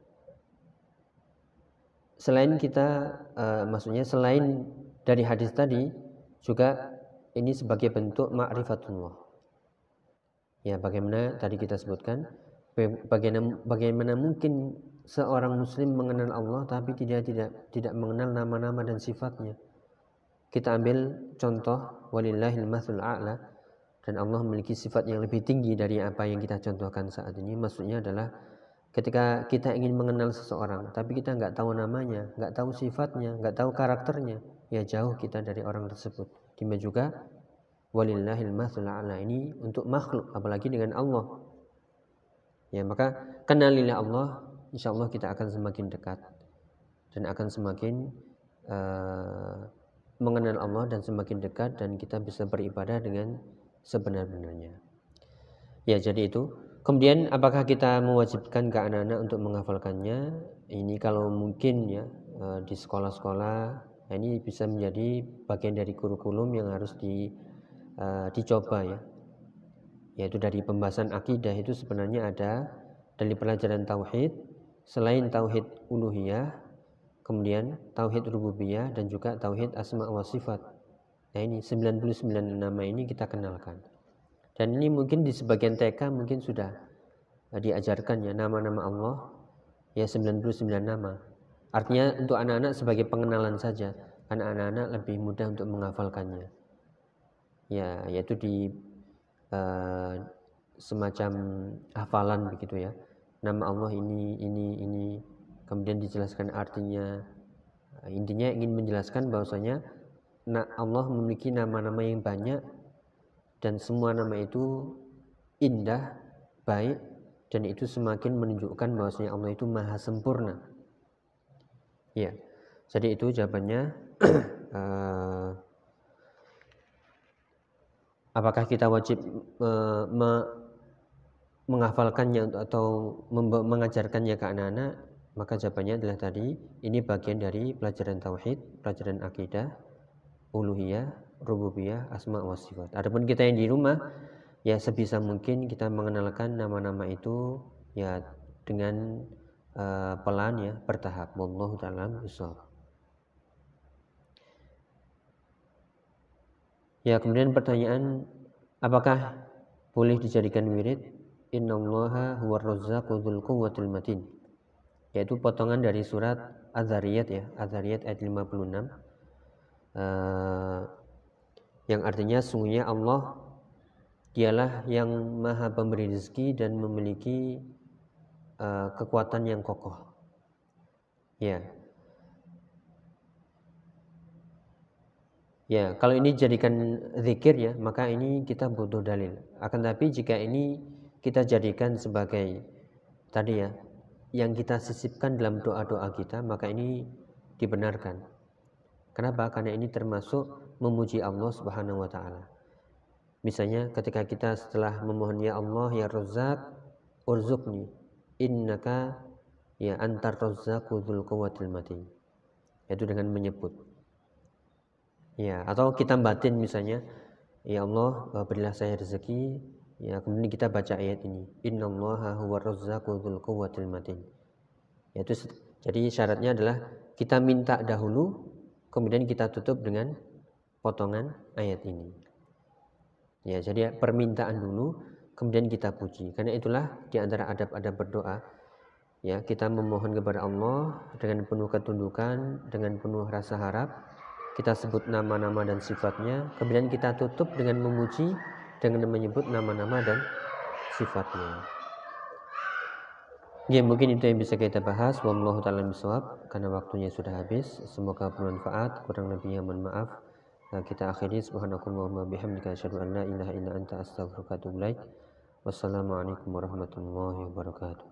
Selain kita, uh, maksudnya selain dari hadis tadi, juga ini sebagai bentuk ma'rifatullah. Ya, bagaimana tadi kita sebutkan, bagaimana, bagaimana mungkin seorang muslim mengenal Allah tapi tidak tidak tidak mengenal nama-nama dan sifatnya. Kita ambil contoh walillahil matsul a'la, dan Allah memiliki sifat yang lebih tinggi dari apa yang kita contohkan saat ini. Maksudnya adalah ketika kita ingin mengenal seseorang, tapi kita nggak tahu namanya, nggak tahu sifatnya, nggak tahu karakternya, ya jauh kita dari orang tersebut. Demikian juga walillahil matsul a'la, ini untuk makhluk, apalagi dengan Allah. Ya, maka kenalilah Allah, insya Allah kita akan semakin dekat dan akan semakin uh, mengenal Allah dan semakin dekat, dan kita bisa beribadah dengan sebenar-benarnya. Ya, jadi itu. Kemudian apakah kita mewajibkan ke anak-anak untuk menghafalkannya? Ini kalau mungkin ya di sekolah-sekolah, nah ini bisa menjadi bagian dari kurikulum yang harus di, uh, dicoba ya. Yaitu dari pembahasan akidah itu sebenarnya ada dari pelajaran tauhid, selain tauhid uluhiyah, kemudian tauhid rububiyah dan juga tauhid asma wa sifat. Nah ini sembilan puluh sembilan nama ini kita kenalkan. Dan ini mungkin di sebagian T K mungkin sudah diajarkan ya nama-nama Allah ya, sembilan puluh sembilan nama. Artinya untuk anak-anak sebagai pengenalan saja, karena anak-anak lebih mudah untuk menghafalkannya. Ya, yaitu di uh, semacam hafalan begitu ya. Nama Allah ini ini ini kemudian dijelaskan artinya. Intinya ingin menjelaskan bahwasanya Allah memiliki nama-nama yang banyak, dan semua nama itu indah, baik, dan itu semakin menunjukkan bahwasanya Allah itu maha sempurna. Ya, jadi itu jawabannya. uh, apakah kita wajib uh, me- menghafalkannya atau mem- mengajarkannya ke anak-anak? Maka jawabannya adalah tadi, ini bagian dari pelajaran tauhid, pelajaran akidah, uluhiyah, rububiyah, asma wa sifat. Adapun kita yang di rumah, ya sebisa mungkin kita mengenalkan nama-nama itu ya dengan uh, pelan ya, bertahap. Wallahu ta'ala bishawab. Ya, kemudian pertanyaan, apakah boleh dijadikan wirid? Innallaha huwar razzaqu dzul quwwatil matin. Yaitu potongan dari surat Az-Zariyat ya, Az-Zariyat ayat lima puluh enam. Uh, yang artinya sungguhnya Allah dialah yang maha pemberi rezeki dan memiliki uh, kekuatan yang kokoh. Ya. Ya, kalau ini jadikan zikir ya, maka ini kita butuh dalil. Akan tapi jika ini kita jadikan sebagai tadi ya, yang kita sisipkan dalam doa-doa kita, maka ini dibenarkan. Kenapa? Karena ini termasuk memuji Allah Subhanahu wa taala. Misalnya ketika kita setelah memohon ya Allah ya Razzaq urzuqni innaka ya antar razzaqu dzul quwwatil matin. Yaitu dengan menyebut. Ya, atau kita batin misalnya, ya Allah berilah saya rezeki, ya kemudian kita baca ayat ini. Innallaha huwar razzaqu dzul quwwatil matin. Yaitu jadi syaratnya adalah kita minta dahulu, kemudian kita tutup dengan potongan ayat ini. Ya, jadi permintaan dulu, kemudian kita puji. Karena itulah di antara adab-adab berdoa, Ya, kita memohon kepada Allah dengan penuh ketundukan, dengan penuh rasa harap. Kita sebut nama-nama dan sifatnya, kemudian kita tutup dengan memuji dengan menyebut nama-nama dan sifatnya. Ya, mungkin itu yang bisa kita bahas. Wallahu ta'ala bishawab, karena waktunya sudah habis. Semoga bermanfaat. Kurang lebihnya mohon maaf. Nah, kita akhiri subhanakallahumma bihamdika asyhadu an la ilaha illa anta astaghfiruka wa atubu ilaik. Wassalamualaikum warahmatullahi wabarakatuh.